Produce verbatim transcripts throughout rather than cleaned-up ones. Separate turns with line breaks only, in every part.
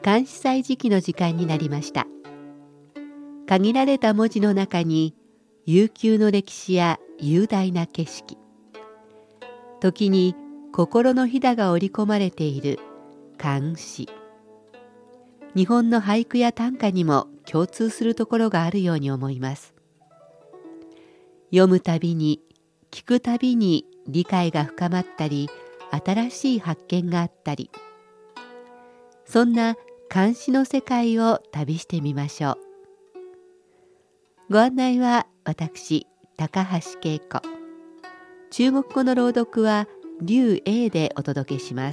漢詩祭時期の時間になりました。限られた文字の中に悠久の歴史や雄大な景色、時に心のひだが織り込まれている漢詩。日本の俳句や短歌にも共通するところがあるように思います。読むたびに、聞くたびに理解が深まったり、新しい発見があったり、そんな漢詩の世界を旅してみましょう。ご案内は私、高橋恵子。中国語の朗読は劉英でお届けします。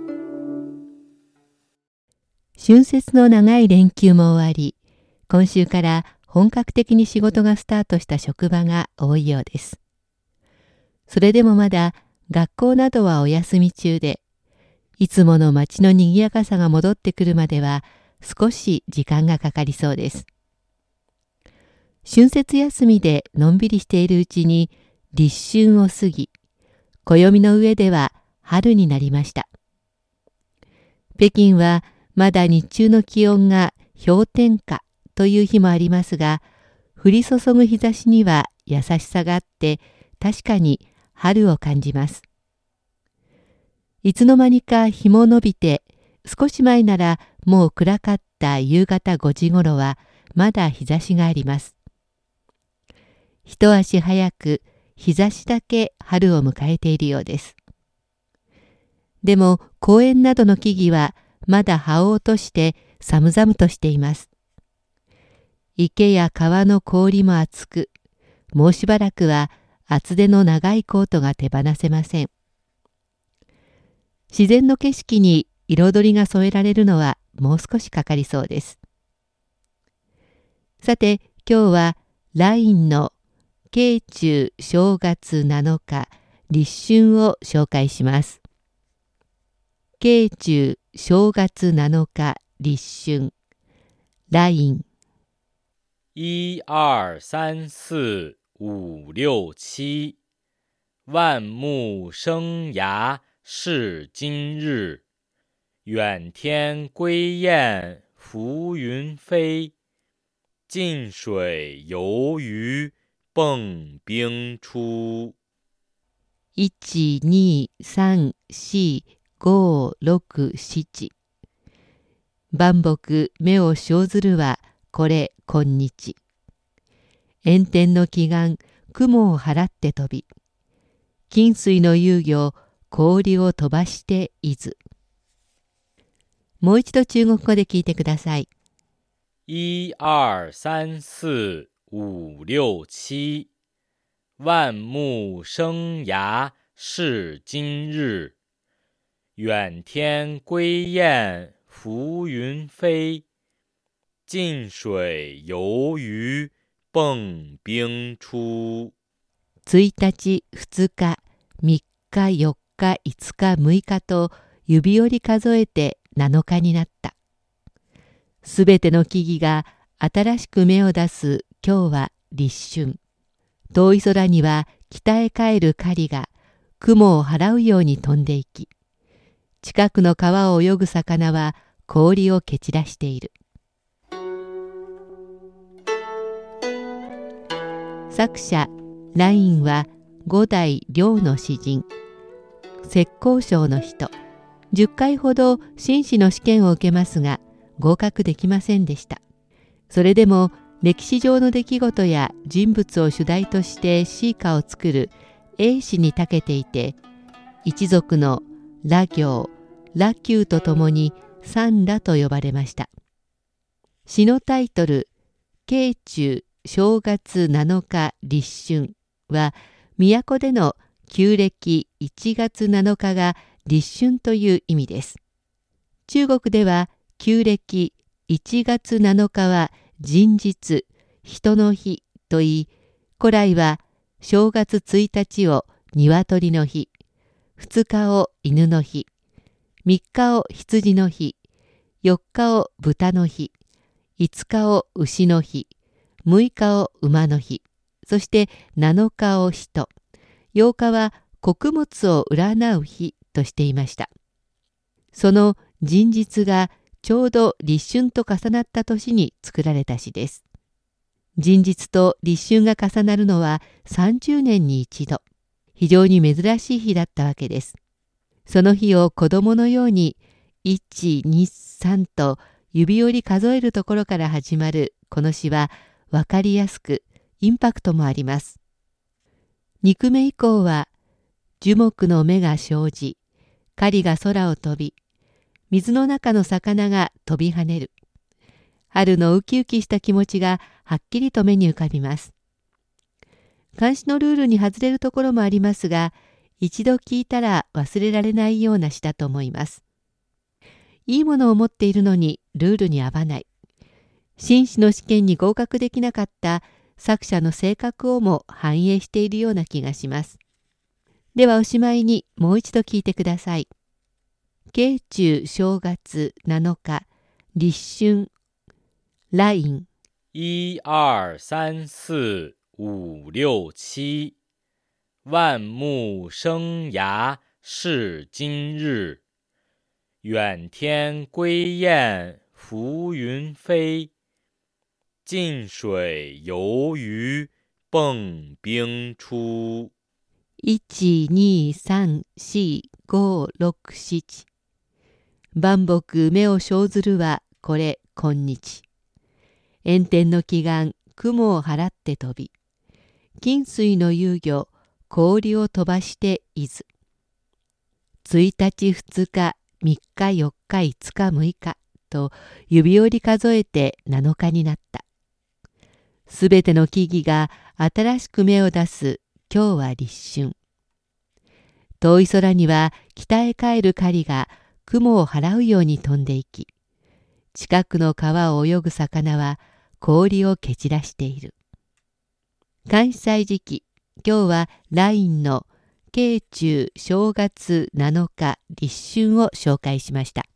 春節の長い連休も終わり、今週から本格的に仕事がスタートした職場が多いようです。それでもまだ学校などはお休み中で、いつもの街の賑やかさが戻ってくるまでは少し時間がかかりそうです。春節休みでのんびりしているうちに立春を過ぎ、暦の上では春になりました。北京はまだ日中の気温が氷点下という日もありますが、降り注ぐ日差しには優しさがあって、確かに春を感じます。いつの間にか日も伸びて、少し前ならもう暗かった夕方ごじごろはまだ日差しがあります。一足早く日差しだけ春を迎えているようです。でも公園などの木々はまだ葉を落として寒々としています。池や川の氷も厚く、もうしばらくは厚手の長いコートが手放せません。自然の景色に彩りが添えられるのはもう少しかかりそうです。さて、今日はラインの慶中正月なのか立春を紹介します。慶中正月なのか立春、ライン。
一二三四五六七，万木生芽是今日。远天归雁浮云飞，近水游鱼迸冰出。
いち、に、さん、し、ご、ろく、しち。万木目を生ずるはこれ今日。炎天の奇岩、雲を払って飛び。金水の遊魚、氷を飛ばしていず。もう一度中国語で聞いてください。
一二三四五六七，万木生芽是今日。远天归雁浮云飞，近水游鱼迸冰出。
ついたち、ふつか、みっか、よっか、いつか、むいかと指折り数えてなのかになった。すべての木々が新しく芽を出す今日は立春。遠い空には北へ帰る狩りが雲を払うように飛んでいき、近くの川を泳ぐ魚は氷を蹴散らしている。作者ラインは五代梁の詩人、浙江省の人。じゅっかいほど進士の試験を受けますが合格できませんでした。それでも歴史上の出来事や人物を主題として詩歌を作る英詩に長けていて、一族の羅行、羅宮とともに三羅と呼ばれました。詩のタイトル「慶中正月なのか立春」は、都での旧暦いちがつなのかが立春という意味です。中国では旧暦いちがつなのかは人日、人の日と言い、古来は正月ついたちを鶏の日、ふつかを犬の日、みっかを羊の日、よっかを豚の日、いつかを牛の日、むいかを馬の日、そしてなのかを人、ようかは穀物を占う日としていました。その人日がちょうど立春と重なった年に作られた詩です。人日と立春が重なるのはさんじゅうねんに一度、非常に珍しい日だったわけです。その日を子供のようにいち、に、さんと指折り数えるところから始まるこの詩は分かりやすくインパクトもあります。に句目以降は樹木の芽が生じ、狩が空を飛び、水の中の魚が飛び跳ねる。春のウキウキした気持ちがはっきりと目に浮かびます。漢詩のルールに外れるところもありますが、一度聞いたら忘れられないような詩だと思います。いいものを持っているのにルールに合わない。新詩の試験に合格できなかった作者の性格をも反映しているような気がします。ではおしまいにもう一度聞いてください。慶中正月なのか、立春、ライン。
一二三四五六七，万木生涯是今日。远天归雁浮云飞，近水游鱼迸冰出。
いち、に、さん、し、ご、ろく、しち。万木目を生ずるはこれ今日。炎天の祈願雲を払って飛び、金水の遊魚氷を飛ばしていず。ついたちふつかみっかよっかいつかむいかと指折り数えてなのかになった。すべての木々が新しく芽を出す今日は立春。遠い空には北へ帰る狩が雲を払うように飛んでいき、近くの川を泳ぐ魚は氷を蹴散らしている。漢詩祭時期、今日はラインの慶中正月なのか立春を紹介しました。